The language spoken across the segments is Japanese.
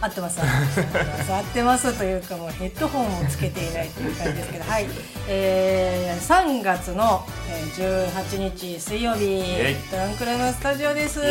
合ってます合ってますというかもうヘッドホンをつけていないという感じですけどはい、3月の18日水曜日トランクルームスタジオです。盛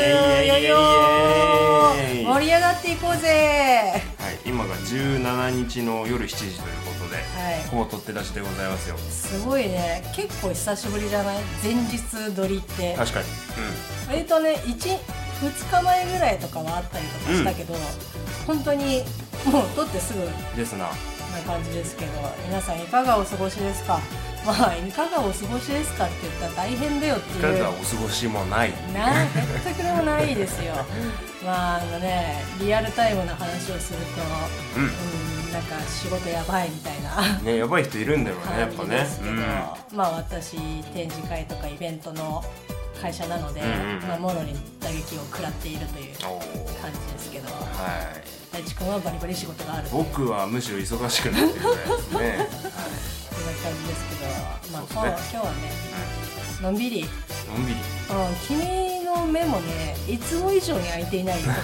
り上がっていこうぜ。 はい、今が17日の夜7時ということで、はい、ほぼ取って出しでございますよ。 すごいね、結構久しぶりじゃない？前日撮りって確かに、 割とね2日前ぐらいとかはあったりとかしたけど、本当にもう撮ってすぐですな感じですけど、皆さんいかがお過ごしですか？まあいかがお過ごしですかって言ったら大変だよっていう。 いかがお過ごしもない全くでもないですよまあね、リアルタイムな話をすると、なんか仕事やばいみたいなね、やばい人いるんだよねやっぱね。 まあ私展示会とかイベントの会社なので、もろに打撃を食らっているという感じですけど、大地君はバリバリ仕事がある。 僕はむしろ忙しくなってるぐらいですね。 そんな感じですけど、まあ今日はね、のんびり、君の目もね、いつも以上に開いていないよ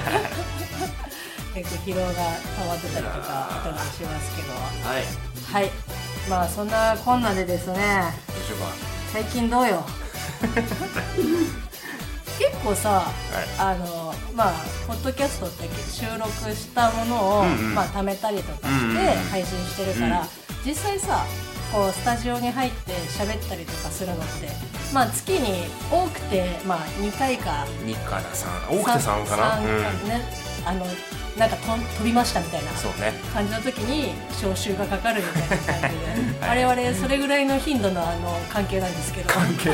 結構疲労が溜まってたりとかしますけど、はい、まあそんなこんなでですね、 どうしようか、 最近どうよ結構さ、まあポッドキャストって収録したものを、まあ貯めたりとかして配信してるから、実際さこうスタジオに入って喋ったりとかするのって、まあ月に多くてまあ2回か 2から3、多くて3かな、 3ね、なんか飛びましたみたいな感じの時に招集がかかるみたいな感じで、我々それぐらいの頻度の関係なんですけど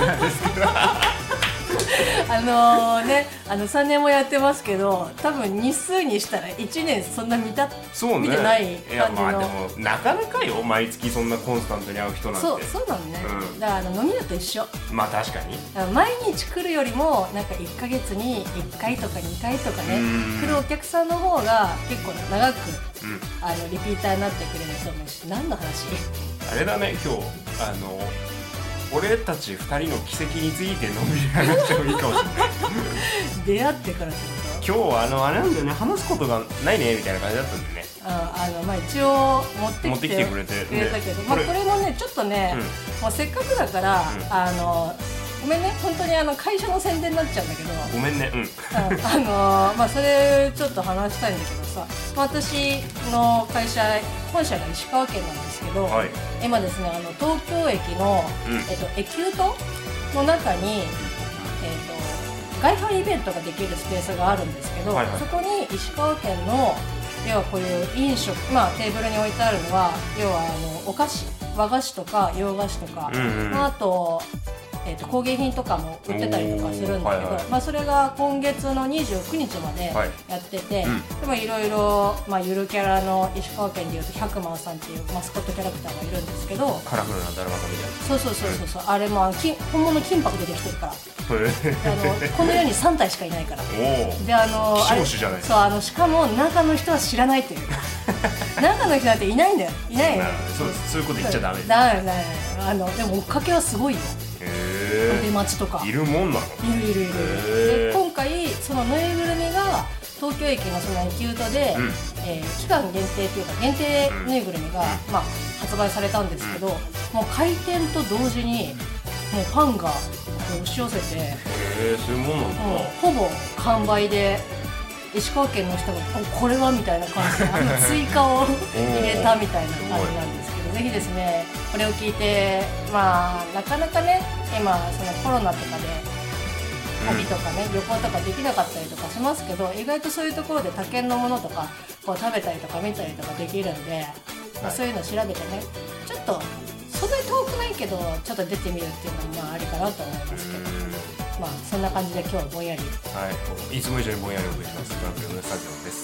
3年もやってますけど、多分日数にしたら1年そんな見てない感じの。 いやまあでもなかなかよ、毎月そんなコンスタントに会う人なんて。 そうなのね、だから飲み屋と一緒。 まあ確かに毎日来るよりもなんか1ヶ月に1回とか2回とかね来るお客さんの方が結構長く、リピーターになってくれると思うし。何の話あれだね、今日俺たち2人の奇跡についてのんびり話してもいいかもしれない出会ってからってこと？ 今日あれなんだよね、話すことがないねみたいな感じだったんでね。 まあ一応持ってきてくれたけど、 まあこれもねちょっとね、もうせっかくだから、ごめんね、本当に会社の宣伝になっちゃうんだけど、 ごめんね、 まあそれちょっと話したいんだけどさ、私の会社本社が石川県なんですけど、今ですね東京駅の、エキュートの中に、外販イベントができるスペースがあるんですけど、そこに石川県の要はこういう飲食、まあテーブルに置いてあるのは要はお菓子、和菓子とか洋菓子とか、あと工芸品とかも売ってたりとかするんだけど、まあそれが今月の29日までやってて、でもいろいろゆるキャラの石川県でいうと100万さんっていうマスコットキャラクターがいるんですけど、 カラフルなだるまさんみたいな。 そう、あれも本物金箔でできてるからこの世に3体しかいないから。で希少種じゃないですか。そう、しかも中の人は知らないという中の人なんていないんだよ。いないよ。 そういうこと言っちゃダメ。 でも追っかけはすごいよ。出待ちとかいるもんなの？ いる。で今回そのぬいぐるみが東京駅のそのエキュートで、期間限定というか限定ぬいぐるみが、発売されたんですけど、もう開店と同時にもうファンが押し寄せて、 そういうもんなんだ。 ほぼ完売で、石川県の人がこれはみたいな感じで追加を入れたみたいな感じなんですけど、ぜひですねこれを聞いて、なかなかね今そのコロナとかで旅とかね、旅行とかできなかったりとかしますけど、意外とそういうところで他県のものとかこう食べたりとか見たりとかできるんで、そういうの調べてね、ちょっとそんなに遠くないけどちょっと出てみるっていうのもありかなと思いますけど、そんな感じで今日はぼんやり、 いつも以上にぼんやりお送りします。トランクルームスタジオです。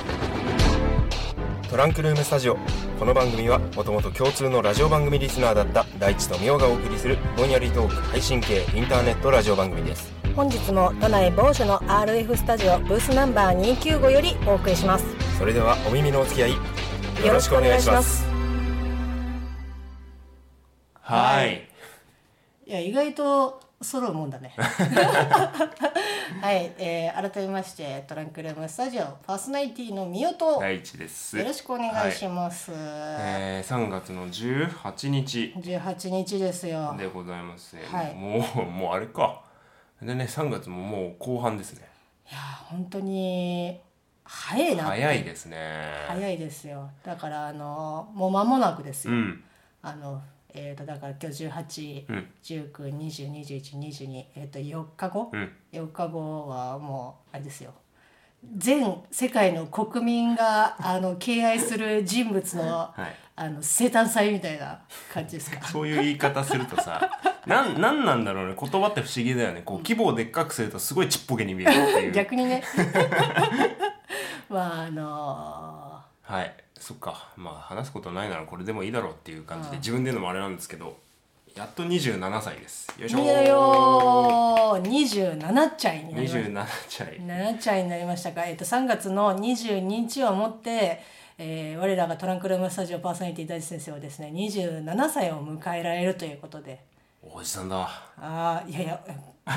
トランクルームスタジオ、この番組はもともと共通のラジオ番組リスナーだった大地とみおがお送りするぼんやりトーク配信系インターネットラジオ番組です。 本日も都内某所の RF スタジオブースナンバー295よりお送りします。 それではお耳のお付き合いよろしくお願いします。 いや意外と揃うもんだねはい、改めましてトランクルームスタジオパーソナリティのみよと大地です。 よろしくお願いします、 3月の18日 18日ですよでございます、 はい、 もうあれかでね、3月ももう後半ですね。 いや本当に早いなって。 早いですね。 早いですよ。だからもう間もなくですよ、だから今日18、19、20、21、22、4日後、4日後はもうあれですよ。全世界の国民が敬愛する人物の、はい、生誕祭みたいな感じですかそういう言い方するとさなんなんだろうね、言葉って不思議だよね。こう規模をでっかくするとすごいちっぽけに見えるっていう逆にねまあはい、そっか、まあ話すことないならこれでもいいだろうっていう感じで自分で言うのもあれなんですけど、やっと27歳です。よいしょー。 27歳になりました。 27歳。 7歳になりましたか。3月の22日をもって、我らがトランクルームスタジオパーソナリティ大地先生はですね、27歳を迎えられるということで。 おじさんだ。 いやいや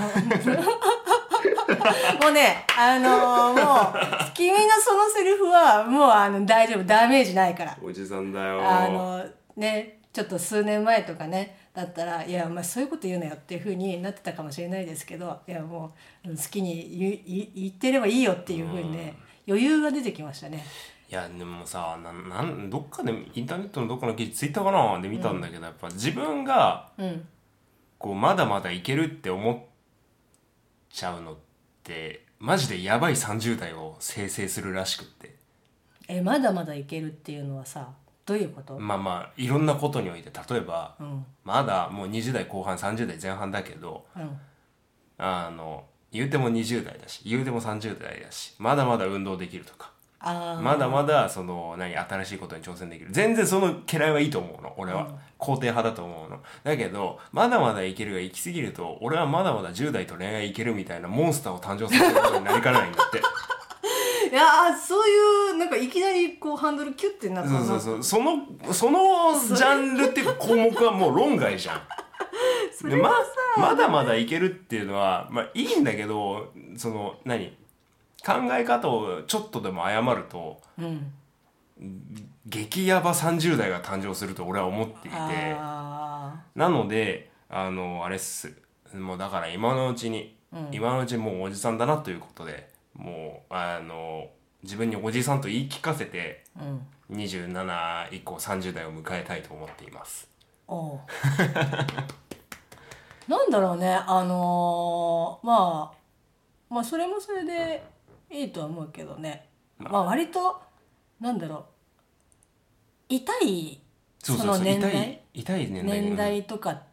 もうね、もう君のそのセリフはもう大丈夫、ダメージないから。 おじさんだよ。 ね、ちょっと数年前とかねだったら、いやまあそういうこと言うなよっていう風になってたかもしれないですけど、いやもう好きに言ってればいいよっていう風にね、余裕が出てきましたね。 いやでもさ、どっかでインターネットのどっかの記事ツイッターかなで見たんだけど、やっぱ自分が、こうまだまだいけるって思っちゃうのってマジでやばい30代を生成するらしくって。 まだまだいけるっていうのはさ、どういうこと？ まあいろんなことにおいて、例えば、まだもう20代後半30代前半だけど、言うても20代だし言うても30代だし、まだまだ運動できるとか、まだまだ新しいことに挑戦できる、全然その嫌いはいいと思うの俺は、肯定派だと思うの。だけどまだまだいけるが行き過ぎると、俺はまだまだ10代と恋愛いけるみたいなモンスターを誕生させることになりかねないんだっていやそういうなんかいきなりこうハンドルキュッてなった。 そうそのジャンルっていうか項目はもう論外じゃんでまだまだいけるっていうのは、まあいいんだけど、考え方をちょっとでも誤ると、激ヤバ30代が誕生すると俺は思っていて、なのであれっす、もうだから今のうちにもうおじさんだなということで、もう自分におじさんと言い聞かせて、27以降30代を迎えたいと思っています。 なんだろうね、まあそれもそれでいいとは思うけどね、割となんだろう、痛いその年代とかって、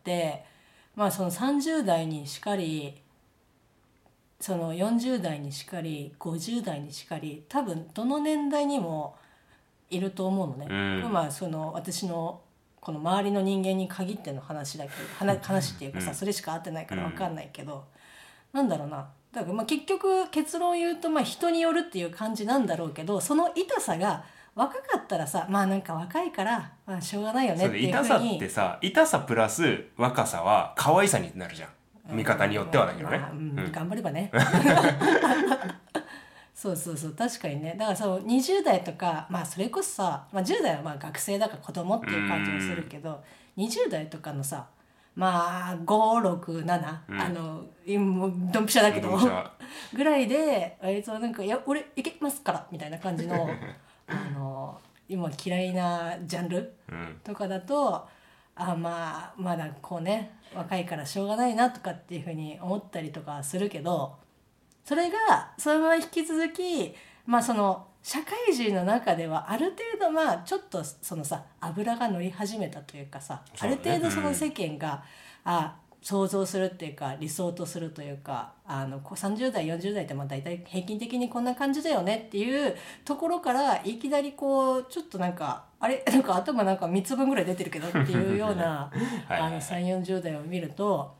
その30代にしかり、その40代にしかり50代にしかり、多分どの年代にもいると思うのね。その私のこの周りの人間に限っての話だけど、話っていうかさ、それしか会ってないから分かんないけど、なんだろうな、だから結局結論を言うと人によるっていう感じなんだろうけど、その痛さが若かったらさ、なんか若いからしょうがないよねっていうふうに。 痛さってさ、痛さプラス若さは可愛さになるじゃん、見方によってはだけどね。 頑張ればねそう確かにね。だから20代とか、それこそさ、10代は学生だから子供っていう感じもするけど、20代とかのさ、5、6、7、もうドンピシャだけどぐらいでなんか、いや俺いけますからみたいな感じの今嫌いなジャンルとかだと、まだこうね若いからしょうがないなとかっていうふうに思ったりとかするけど、それがそのまま引き続き、その社会人の中ではある程度ちょっとそのさ油が乗り始めたというかさ、ある程度その世間が想像するっていうか理想とするというか、30代40代って大体平均的にこんな感じだよねっていうところから、いきなりこうちょっとなんかなんか頭なんか3つ分ぐらい出てるけどっていうような3、40代を見ると、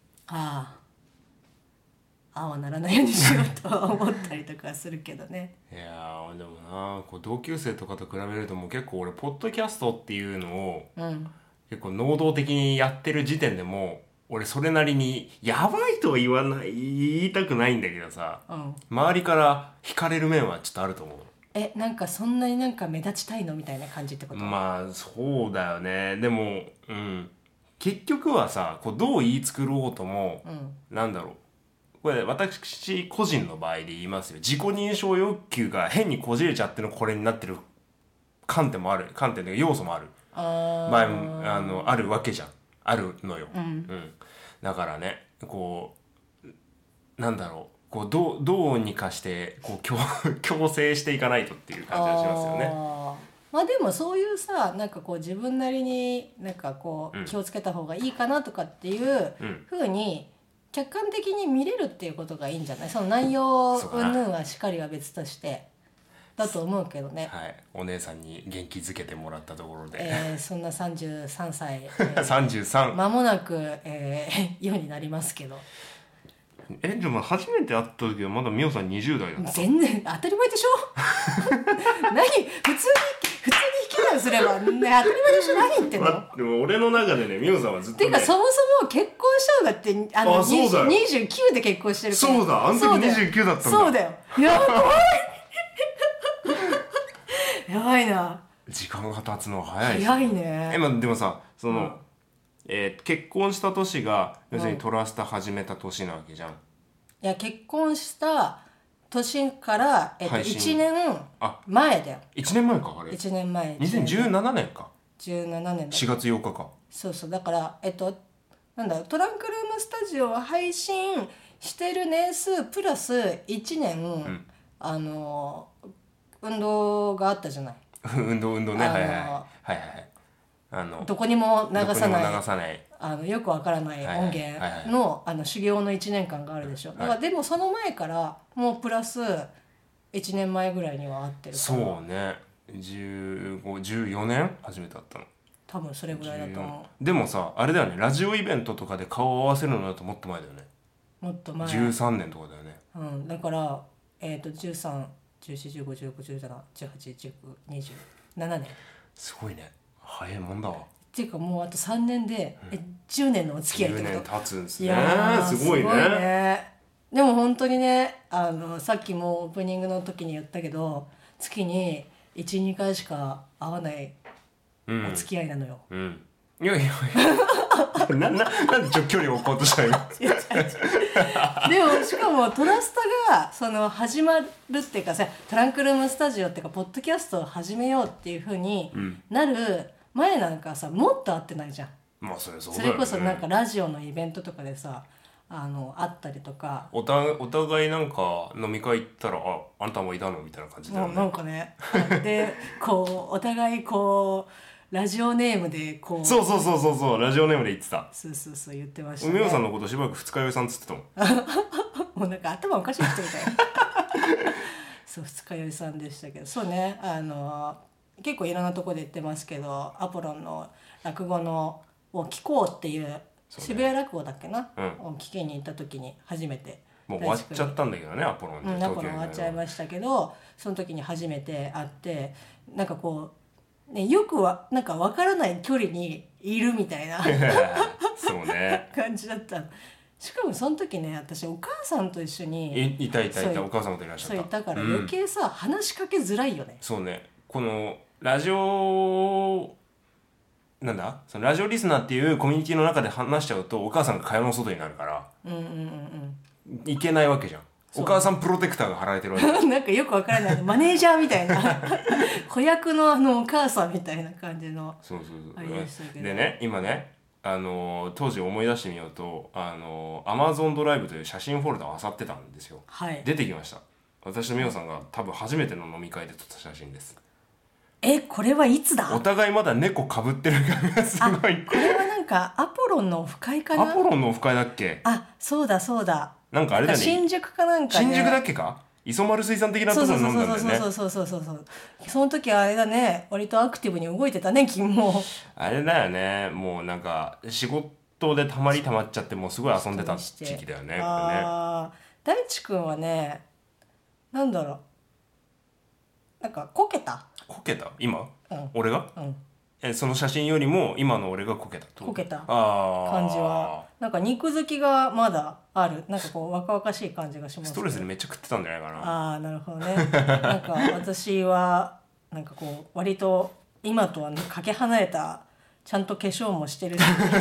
はならないようにしようとは思ったりとかするけどね。 いやでもな、こう同級生とかと比べるともう結構俺ポッドキャストっていうのを、結構能動的にやってる時点でもう俺それなりにやばいとは言いたくないんだけどさ、周りから惹かれる面はちょっとあると思う。 なんかそんなになんか目立ちたいのみたいな感じってこと？ まあそうだよね。でも結局はさ、こうどう言い作ろうとも、なんだろう、これ私個人の場合で言いますよ。自己認証欲求が変にこじれちゃってのこれになってる観点というか要素もある場合もあるわけじゃん。あるのよ。だからね、こうなんだろう、こうどうにかしてこう強制していかないとっていう感じがしますよね。 まあでもそういうさ、なんかこう自分なりになんかこう気をつけた方がいいかなとかっていう風に客観的に見れるっていうことがいいんじゃない？その内容云々はしっかりは別としてだと思うけどね。 はい、お姉さんに元気づけてもらったところで、 そんな33歳、 33 間もなく、世になりますけど。 でも初めて会った時はまだ美桜さん20代だった。 全然当たり前でしょ何普通に引き算すれば、ね、当たり前でしょ。何言ってんの、 でも俺の中でね、美桜さんはずっと、ね、 てかそもそも結婚したのだって29で結婚してるから。 そうだ、あの時29だったんだ。 そうだよ、やばいやばいな。 時間が経つのは早いし、 早いね。 でもさ、その、結婚した年が要するにトラスタ始めた年なわけじゃん。いや、結婚した年から、1年前だよ。 1年前か、あれ。 1年前。 2017年か。 17年だ。 4月8日か。 そうそう、だからなんだろう、トランクルームスタジオを配信してる年数プラス1年、運動があったじゃない。 運動ね、はいどこにも流さない 、 よくわからない音源の修行の1年間があるでしょ。だからでもその前からもうプラス1年前ぐらいには会ってるから。 そうね、14年初めて会ったの。 多分それぐらいだと思う。でもさ、あれだよね、ラジオイベントとかで顔を合わせるのだともっと前だよね。 もっと前、 13年とかだよね。 だから13、14、15、16、17、18、19、27年。 すごいね、早いもんだわ。 っていうかもうあと3年で、10年のお付き合いってこと。 10年経つんですね。 いやすごいね。 でも本当にね、さっきもオープニングの時に言ったけど、月に 1,2 回しか会わないお付き合いなのよ。 いやなんで距離を置こうとしたの今。 でもしかもトラスタがその始まるっていうかさ、トランクルームスタジオっていうかポッドキャストを始めようっていう風になる前なんかさ、もっと会ってないじゃん。 まあそうだよね。 それこそなんかラジオのイベントとかでさ、会ったりとか、 お互いなんか飲み会行ったら、あんたもいたのみたいな感じだよね。 なんかねでこうお互いこうラジオネームでこう、 そうラジオネームで言ってた。 そう言ってましたね。 美桜さんのことしばらく二日酔いさんっつってたもんもうなんか頭おかしい人みたいそう二日酔いさんでしたけど、そうね、結構いろんなとこで言ってますけど、アポロンの落語を聞こうっていう、渋谷落語だっけな、を聞きに行った時に初めて、 もう終わっちゃったんだけどね、アポロンアポロン終わっちゃいましたけど、その時に初めて会って、なんかこうね、よくなんか分からない距離にいるみたいなそうね感じだった。しかもその時ね、私お母さんと一緒にいたお母さんといらっしゃった。 そういたから余計さ、話しかけづらいよね。 そうね、このラジオなんだ、そのラジオリスナーっていうコミュニティの中で話しちゃうとお母さんが蚊帳の外になるから、いけないわけじゃん。お母さんプロテクターが貼られてるわけなんかよくわからないマネージャーみたいな子役のお母さんみたいな感じの。 そうありましたけど。 でね、今ね、当時思い出してみようと、Amazon ドライブという写真フォルダを漁ってたんですよ。出てきました。私と美桜さんが多分初めての飲み会で撮った写真です。 これはいつだ？ お互いまだ猫かぶってる感がすごい。 これはなんかアポロンのオフ会かな。 アポロンのオフ会だっけ？ そうだなんかあれだね、 新宿かなんかね。 新宿だっけか、磯丸水産的なところに飲んだんだよね。 そうその時あれだね、割とアクティブに動いてたね、君も。 あれだよね、もうなんか仕事でたまっちゃって、もうすごい遊んでた時期だよね。 大地君はね、なんだろう、なんかこけた今、俺が、その写真よりも今の俺がこけた感じはなんか肉好きがまだある、なんかこう若々しい感じがします、ね、 ストレスでめっちゃ食ってたんじゃないかな。 ああなるほどね。なんか私はなんかこう割と今とはかけ離れたちゃんと化粧もしてるし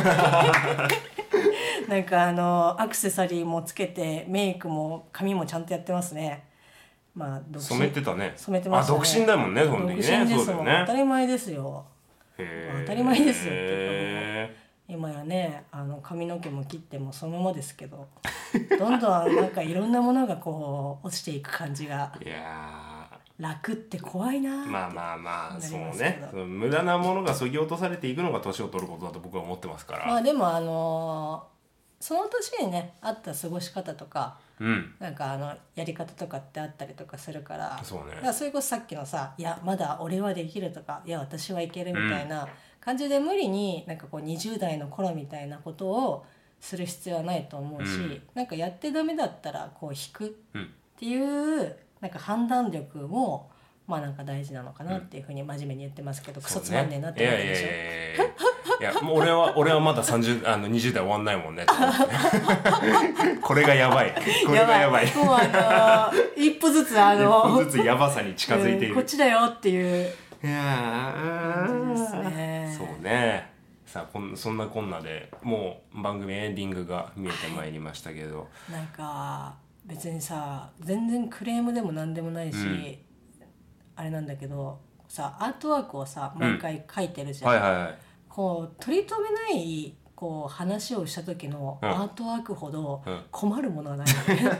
なんかアクセサリーもつけてメイクも髪もちゃんとやってますね。まあ染めてたね。 染めてましたね。 独身だもんね、その時ね。 独身ですもん、 そうだよね。 当たり前ですよ。当たり前ですよっていうか、今やね髪の毛も切ってもそのままですけどどんどんなんかいろんなものがこう落ちていく感じが。 いや楽って怖いな。 まあそうね、無駄なものがそぎ落とされていくのが年を取ることだと僕は思ってますから。 まあでもその年にねあった過ごし方とか、なんかやり方とかってあったりとかするから、 そうね、 だからそれこそさっきのさ、いやまだ俺はできるとか、いや私はいけるみたいな感じで無理になんかこう20代の頃みたいなことをする必要はないと思うし、なんかやってダメだったらこう引くっていうなんか判断力もまあなんか大事なのかなっていうふうに真面目に言ってますけど、クソつまんねえなって思うでしょ。 いやもう俺はまだ20代終わんないもんねこれがやばい、これがやばい、 もう一歩ずつ一歩ずつやばさに近づいている、 こっちだよっていういや感じですね。 そうね。さあそんなこんなでもう番組エンディングが見えてまいりましたけど、 なんか別にさ全然クレームでもなんでもないし、あれなんだけどさ、アートワークをさ毎回書いてるじゃん、こう取り留めないこう話をした時のアートワークほど困るものはないよね、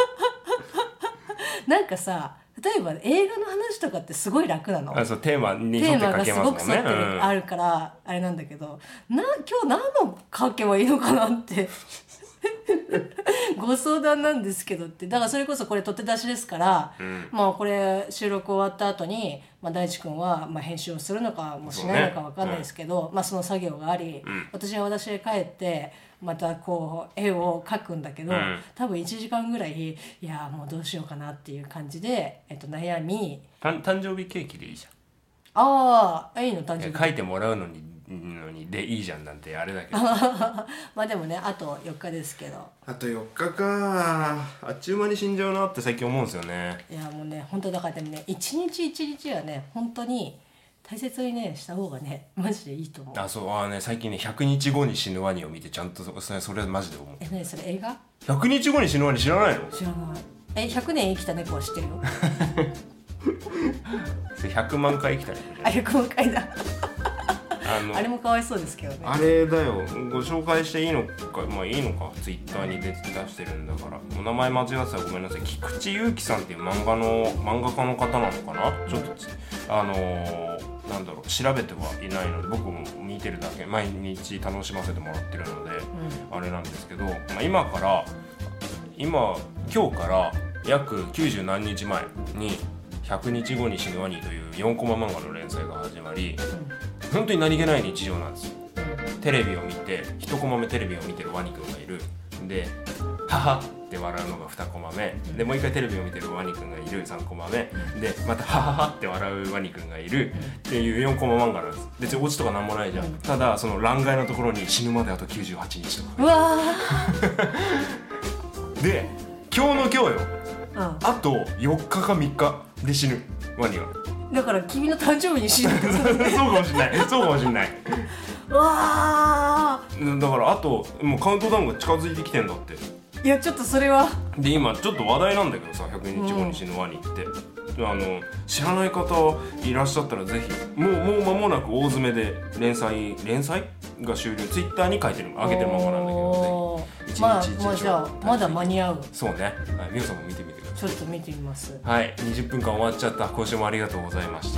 なんかさ例えば映画の話とかってすごい楽なの。 そうテーマに沿って書けますもんね。テーマがすごく沿ってあるからあれなんだけど、今日何の書けばいいのかなってご相談なんですけどって。だからそれこそこれ取って出しですから、まあこれ収録終わった後に、大地君は編集をするのかもしないのか分かんないですけど、その作業があり、私は私で帰ってまたこう絵を描くんだけど、多分1時間ぐらいいやもうどうしようかなっていう感じで、悩み。 誕生日ケーキでいいじゃん。 ああいいの、誕生日書いてもらうのにでいいじゃんなんてあれだけどまあでもねあと4日ですけど。 あと4日か、あっちゅう間に死んじゃうなって最近思うんですよね。 いやもうね本当だからでもね一日一日はね本当に大切にねした方がねマジでいいと思う。 そうね、最近ね100日後に死ぬワニを見てちゃんとそれはマジで思う。 何それ映画 ？100日後に死ぬワニ知らないの？ 知らない。100年生きた猫は知ってるよそれ100万回生きた猫じゃん。 100万回だあれもかわいそうですけどね。 あれだよ、ご紹介していいのか、いいのか、ツイッターに出してるんだから、お名前間違ってたらごめんなさい。菊池悠希さんっていう漫画家の方なのかな、ちょっとなんだろう、調べてはいないので僕も見てるだけ、毎日楽しませてもらってるので、あれなんですけど、今日から約90何日前に100日後に死ぬワニという4コマ漫画の連載が始まり、本当に何気ない日常なんですよ。テレビを見て1コマ目テレビを見てるワニくんがいる。でははって笑うのが2コマ目で、もう一回テレビを見てるワニくんがいる3コマ目で、またはははって笑うワニくんがいるっていう4コマ漫画なんです。別にオチとかなんもないじゃん。ただその欄外のところに死ぬまであと98日とか。 うわで今日の今日よ、あと4日か3日で死ぬワニが。 だから君の誕生日に死ぬそうかもしれない。そうかもしれない。 うわだからあともうカウントダウンが近づいてきてんだって。 いやちょっとそれはで今ちょっと話題なんだけどさ、100日後に死ぬワニって、知らない方いらっしゃったらぜひ、もう間もなく大詰めで連載が終了、ツイッターに上げてる漫画なんだけど、ぜひ1日1日じゃあまだ間に合う。 そうね、皆さんも見てみてください。 ちょっと見てみます。 はい、20分間終わっちゃった。今週もありがとうございました。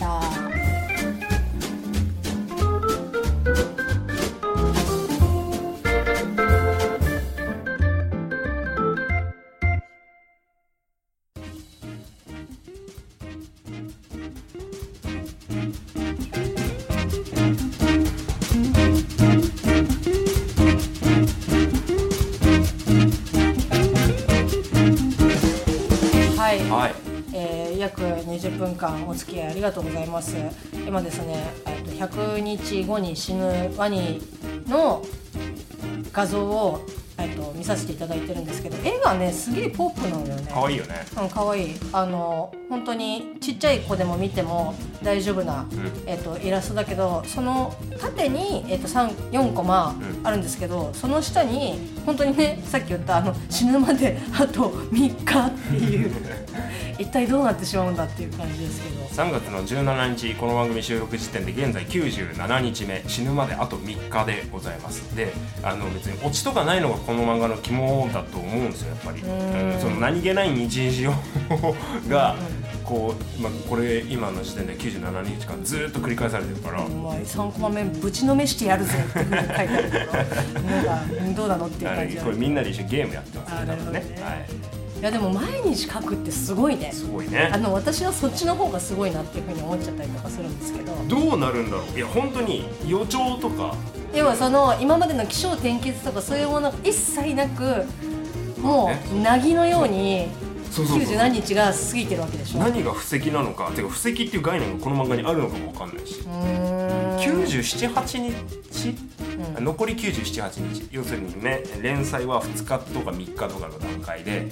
約20分間お付き合いありがとうございます。今ですね、100日後に死ぬワニの画像を見させていただいてるんですけど、絵がねすげえポップなのよね。 可愛いよね。 可愛い。本当にちっちゃい子でも見ても大丈夫な、イラストだけど、その縦に、4コマあるんですけど、その下に本当にね、さっき言った死ぬまであと3日っていう一体どうなってしまうんだっていう感じですけど、 3月の17日この番組収録時点で現在97日目、死ぬまであと3日でございます。で別にオチとかないのがこの漫画の肝だと思うんですよ、やっぱり。その何気ない日常がこう、これ今の時点で97日間ずっと繰り返されてるから、 3コマ目ぶちのめしてやるぜって書いてあるからどうなのっていう感じ。 これみんなで一緒にゲームやってますね。 なるほどね。いやでも毎日書くってすごいね。 すごいね。 私はそっちの方がすごいなっていうふうに思っちゃったりとかするんですけど、 どうなるんだろう。いや本当に予兆とか、 要はその今までの起承転結とかそういうものが一切なく、もうなぎのように90何日が過ぎてるわけでしょ。 何が布石なのか、てか布石っていう概念がこの漫画にあるのかも分かんないし、97、8日、残り97、8日、要するにね、連載は2日とか3日とかの段階で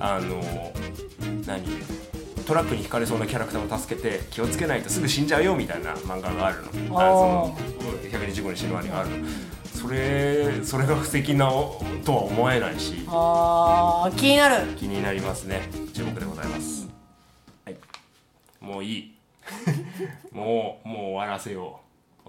トラックにひかれそうなキャラクターを助けて気をつけないとすぐ死んじゃうよみたいな漫画があるの。その100日後に死ぬワニがあるの。それが布石なとは思えないし、 気になる。 気になりますね。注目でございます。はい、もういいもう終わらせよう。